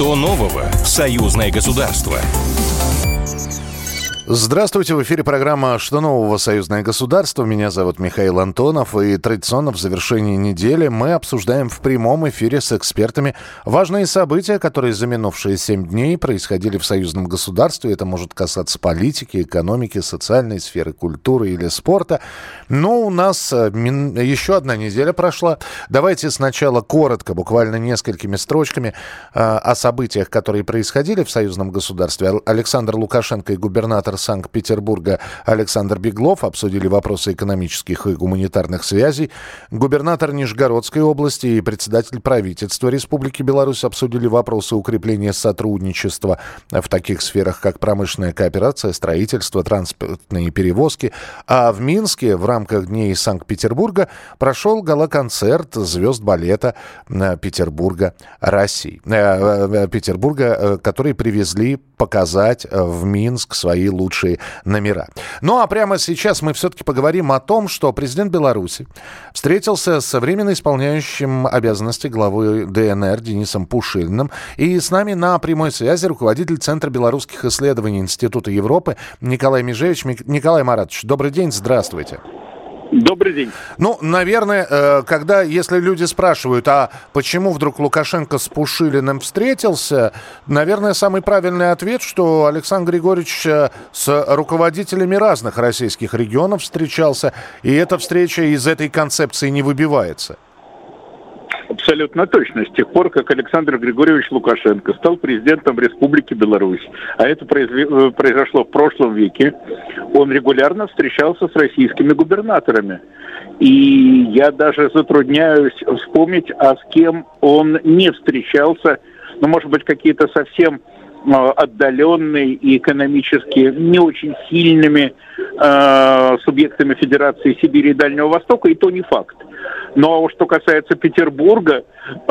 Что нового в союзное государство? Здравствуйте, в эфире программа «Что нового? Союзное государство». Меня зовут Михаил Антонов, и традиционно в завершении недели мы обсуждаем в прямом эфире с экспертами важные события, которые за минувшие 7 дней происходили в союзном государстве. Это может касаться политики, экономики, социальной сферы, культуры или спорта. Но у нас еще одна неделя прошла. Давайте сначала коротко, буквально несколькими строчками, о событиях, которые происходили в союзном государстве. Александр Лукашенко и губернатор Санкт-Петербурга Александр Беглов обсудили вопросы экономических и гуманитарных связей. Губернатор Нижегородской области и председатель правительства Республики Беларусь обсудили вопросы укрепления сотрудничества в таких сферах, как промышленная кооперация, строительство, транспортные перевозки. А в Минске в рамках Дней Санкт-Петербурга прошел гала-концерт звезд балета Петербурга, России. Петербурга, которые привезли показать в Минск свои лучшие номера. Ну а прямо сейчас мы все-таки поговорим о том, что президент Беларуси встретился с временно исполняющим обязанности главы ДНР Денисом Пушилиным. И с нами на прямой связи руководитель Центра белорусских исследований Института Европы Николай Межевич. Николай Маратович, добрый день, здравствуйте. Добрый день. Ну, наверное, если люди спрашивают, а почему вдруг Лукашенко с Пушилиным встретился, наверное, самый правильный ответ, что Александр Григорьевич с руководителями разных российских регионов встречался, и эта встреча из этой концепции не выбивается. Абсолютно точно. С тех пор, как Александр Григорьевич Лукашенко стал президентом Республики Беларусь, а это произошло в прошлом веке, он регулярно встречался с российскими губернаторами. И я даже затрудняюсь вспомнить, а с кем он не встречался, может быть, какие-то совсем отдаленные и экономически не очень сильными субъектами Федерации Сибири и Дальнего Востока, и то не факт. Но что касается Петербурга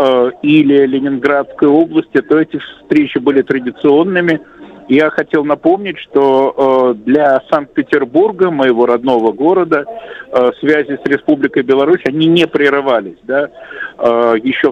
или Ленинградской области, то эти встречи были традиционными. Я хотел напомнить, что для Санкт-Петербурга, моего родного города, связи с Республикой Беларусь, они не прерывались. Да? Еще в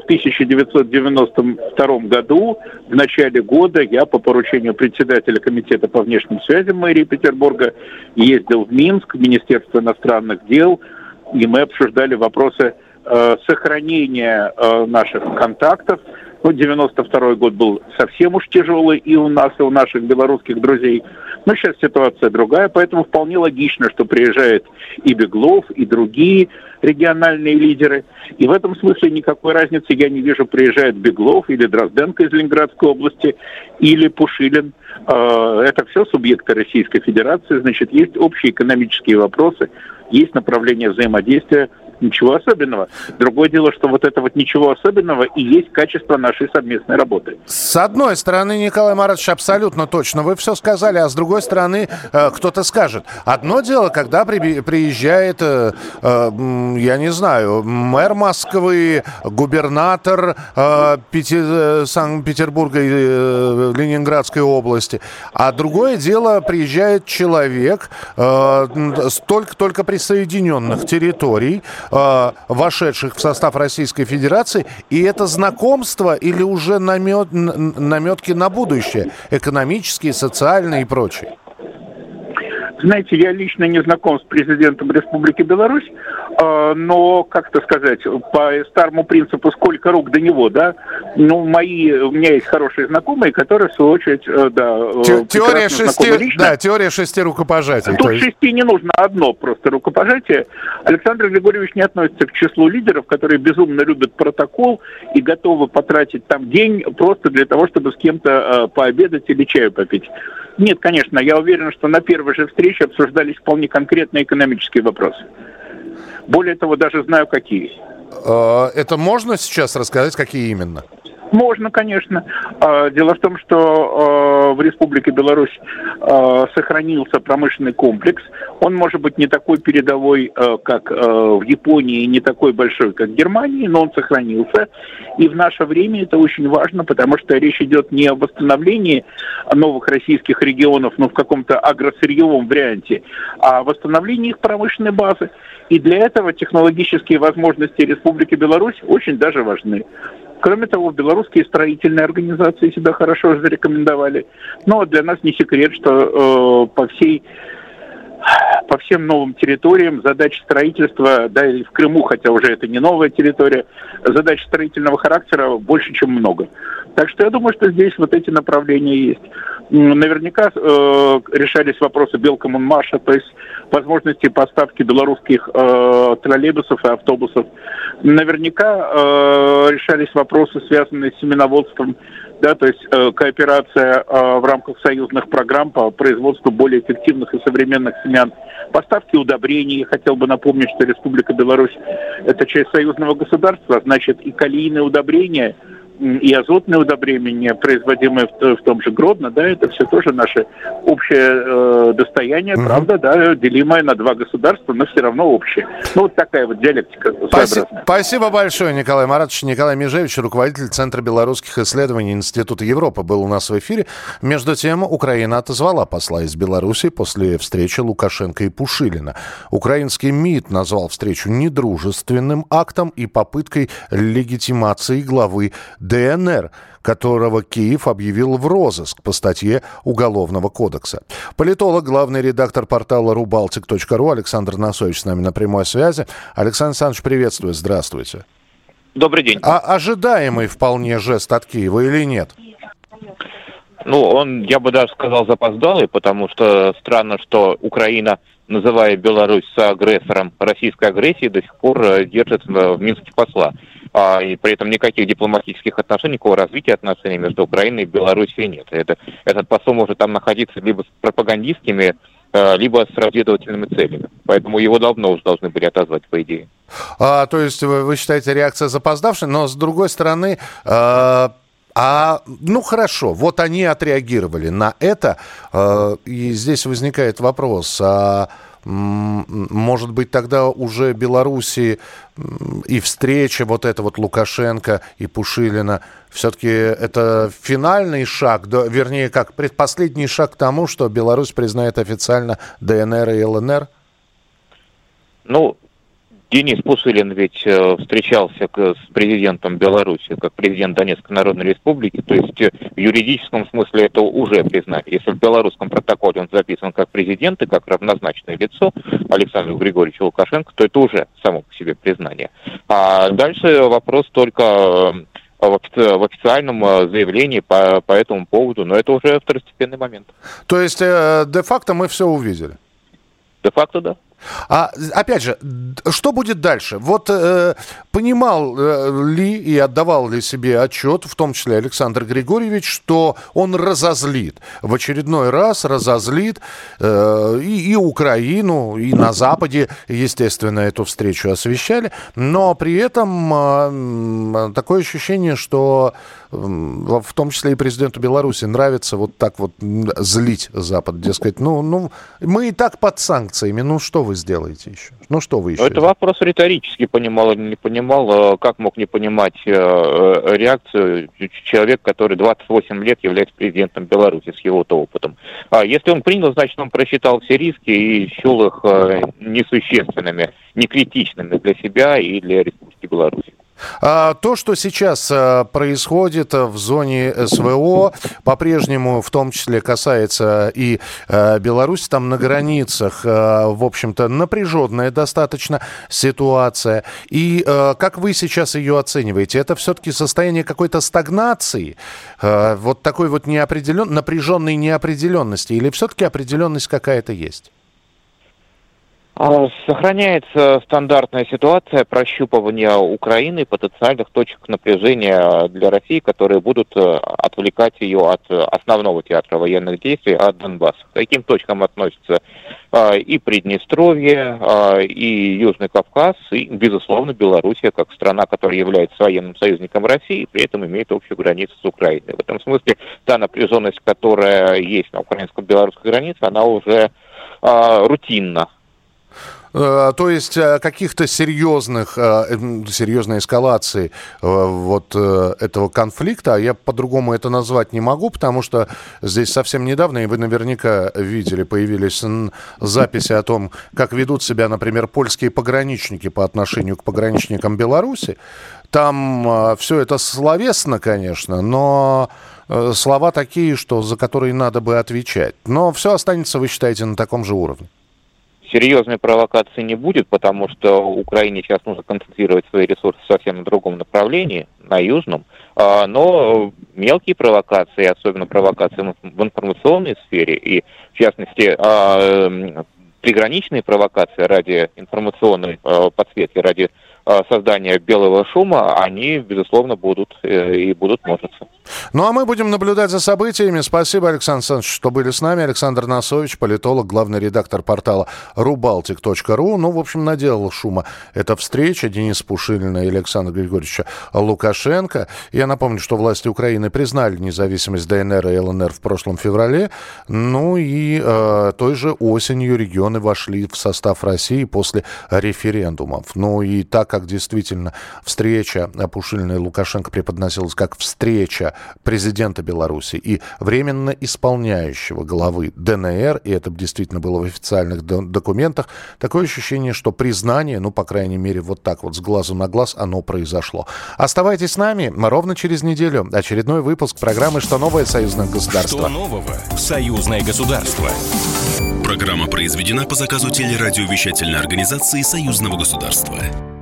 1992 году, в начале года, я по поручению председателя комитета по внешним связям мэрии Петербурга ездил в Минск, в Министерство иностранных дел, и мы обсуждали вопросы сохранения наших контактов. 92-й год был совсем уж тяжелый и у нас, и у наших белорусских друзей. Но сейчас ситуация другая, поэтому вполне логично, что приезжает и Беглов, и другие региональные лидеры. И в этом смысле никакой разницы я не вижу, приезжает Беглов или Дрозденко из Ленинградской области, или Пушилин. Это все субъекты Российской Федерации, значит, есть общие экономические вопросы, есть направление взаимодействия. Ничего особенного. Другое дело, что вот это вот ничего особенного и есть качество нашей совместной работы. С одной стороны, Николай Маратович, абсолютно точно, вы все сказали, а с другой стороны, кто-то скажет. Одно дело, когда приезжает, я не знаю, мэр Москвы, губернатор Санкт-Петербурга и Ленинградской области, а другое дело, приезжает человек с только присоединенных территорий, вошедших в состав Российской Федерации, и это знакомство или уже наметки на будущее, экономические, социальные и прочее? Знаете, я лично не знаком с президентом Республики Беларусь, но, как-то сказать, по старому принципу «сколько рук до него», да, у меня есть хорошие знакомые, которые, в свою очередь, теория шести рукопожатий. Тут 6 не нужно, одно просто рукопожатие. Александр Григорьевич не относится к числу лидеров, которые безумно любят протокол и готовы потратить там день просто для того, чтобы с кем-то пообедать или чаю попить. Нет, конечно, я уверен, что на первой же встрече обсуждались вполне конкретные экономические вопросы. Более того, даже знаю, какие. Это можно сейчас рассказать, какие именно? Можно, конечно. Дело в том, что в Республике Беларусь сохранился промышленный комплекс. Он может быть не такой передовой, как в Японии, и не такой большой, как в Германии, но он сохранился. И в наше время это очень важно, потому что речь идет не о восстановлении новых российских регионов, в каком-то агросырьевом варианте, а о восстановлении их промышленной базы. И для этого технологические возможности Республики Беларусь очень даже важны. Кроме того, белорусские строительные организации себя хорошо зарекомендовали. Но для нас не секрет, что по всем новым территориям задач строительства, да и в Крыму, хотя уже это не новая территория, задач строительного характера больше, чем много. Так что я думаю, что здесь вот эти направления есть. Наверняка решались вопросы Белкоммунмаша, то есть возможности поставки белорусских троллейбусов и автобусов. Наверняка решались вопросы, связанные с семеноводством, да, то есть кооперация в рамках союзных программ по производству более эффективных и современных семян, поставки удобрений. Я хотел бы напомнить, что Республика Беларусь – это часть союзного государства, значит, и калийные удобрения, и азотные удобрения, производимые в том же Гродно, да, это все тоже наше общее достояние, правда, да, делимое на два государства, но все равно общее. Ну, вот такая вот диалектика своеобразная. Спасибо большое, Николай Маратович. Николай Межевич, руководитель Центра белорусских исследований Института Европы, был у нас в эфире. Между тем, Украина отозвала посла из Беларуси после встречи Лукашенко и Пушилина. Украинский МИД назвал встречу недружественным актом и попыткой легитимации главы ДНР, которого Киев объявил в розыск по статье Уголовного кодекса. Политолог, главный редактор портала rubaltic.ru Александр Носович с нами на прямой связи. Александр Александрович, приветствую, здравствуйте. Добрый день. Ожидаемый вполне жест от Киева или нет? Ну, он, я бы даже сказал, запоздалый, потому что странно, что Украина, называя Беларусь соагрессором российской агрессии, до сих пор держит в Минске посла. И при этом никаких дипломатических отношений, никакого развития отношений между Украиной и Белоруссией нет. Этот посол может там находиться либо с пропагандистскими, либо с разведывательными целями. Поэтому его давно уже должны были отозвать, по идее. То есть вы считаете, реакция запоздавшая, но с другой стороны... ну хорошо, вот они отреагировали на это, и здесь возникает вопрос, может быть тогда уже Белоруссии и встреча вот эта вот Лукашенко и Пушилина, все-таки это финальный шаг, вернее как предпоследний шаг к тому, что Беларусь признает официально ДНР и ЛНР? Ну, Денис Пушилин ведь встречался с президентом Беларуси, как президент Донецкой Народной Республики, то есть в юридическом смысле это уже признали. Если в белорусском протоколе он записан как президент и как равнозначное лицо Александру Григорьевичу Лукашенко, то это уже само по себе признание. А дальше вопрос только в официальном заявлении по этому поводу, но это уже второстепенный момент. То есть де-факто мы все увидели? Де-факто, да. Опять же, что будет дальше? Вот понимал ли и отдавал ли себе отчет, в том числе Александр Григорьевич, что он разозлит, в очередной раз разозлит и Украину, и на Западе, естественно, эту встречу освещали, но при этом такое ощущение, что в том числе и президенту Беларуси нравится вот так вот злить Запад, дескать, ну мы и так под санкциями, ну что вы сделаете еще? Ну что вы еще? Это вопрос риторический, понимал или не понимал. Как мог не понимать реакцию человека, который 28 лет является президентом Беларуси с его-то опытом? Если он принял, значит, он просчитал все риски и счел их несущественными, некритичными для себя и для Республики Беларусь. То, что сейчас происходит в зоне СВО, по-прежнему в том числе касается и Беларуси, там на границах, в общем-то, напряженная достаточно ситуация. И как вы сейчас ее оцениваете? Это все-таки состояние какой-то стагнации, вот такой вот напряженной неопределенности, или все-таки определенность какая-то есть? Сохраняется стандартная ситуация прощупывания Украины потенциальных точек напряжения для России, которые будут отвлекать ее от основного театра военных действий, от Донбасса. К таким точкам относятся и Приднестровье, и Южный Кавказ, и, безусловно, Белоруссия, как страна, которая является военным союзником России, и при этом имеет общую границу с Украиной. В этом смысле та напряженность, которая есть на украинско-белорусской границе, она уже рутинна. То есть каких-то серьезной эскалации вот этого конфликта, я по-другому это назвать не могу, потому что здесь совсем недавно, и вы наверняка видели, появились записи о том, как ведут себя, например, польские пограничники по отношению к пограничникам Беларуси. Там все это словесно, конечно, но слова такие, что за которые надо бы отвечать. Но все останется, вы считаете, на таком же уровне? Серьезной провокации не будет, потому что Украине сейчас нужно концентрировать свои ресурсы совсем на другом направлении, на южном. Но мелкие провокации, особенно провокации в информационной сфере, и в частности приграничные провокации ради информационной подсветки, ради создания белого шума, они, безусловно, будут и будут множиться. Ну, а мы будем наблюдать за событиями. Спасибо, Александр Александрович, что были с нами. Александр Носович, политолог, главный редактор портала rubaltic.ru. Ну, в общем, наделал шума эта встреча Дениса Пушилина и Александра Григорьевича Лукашенко. Я напомню, что власти Украины признали независимость ДНР и ЛНР в прошлом феврале. Ну и той же осенью регионы вошли в состав России после референдумов. Ну и так как действительно встреча Пушилина и Лукашенко преподносилась как встреча президента Беларуси и временно исполняющего главы ДНР, и это действительно было в официальных документах, такое ощущение, что признание, ну, по крайней мере, вот так вот с глазу на глаз оно произошло. Оставайтесь с нами. Ровно через неделю очередной выпуск программы «Что новое? Союзное государство». Что нового? Союзное государство. Программа произведена по заказу телерадиовещательной организации Союзного государства.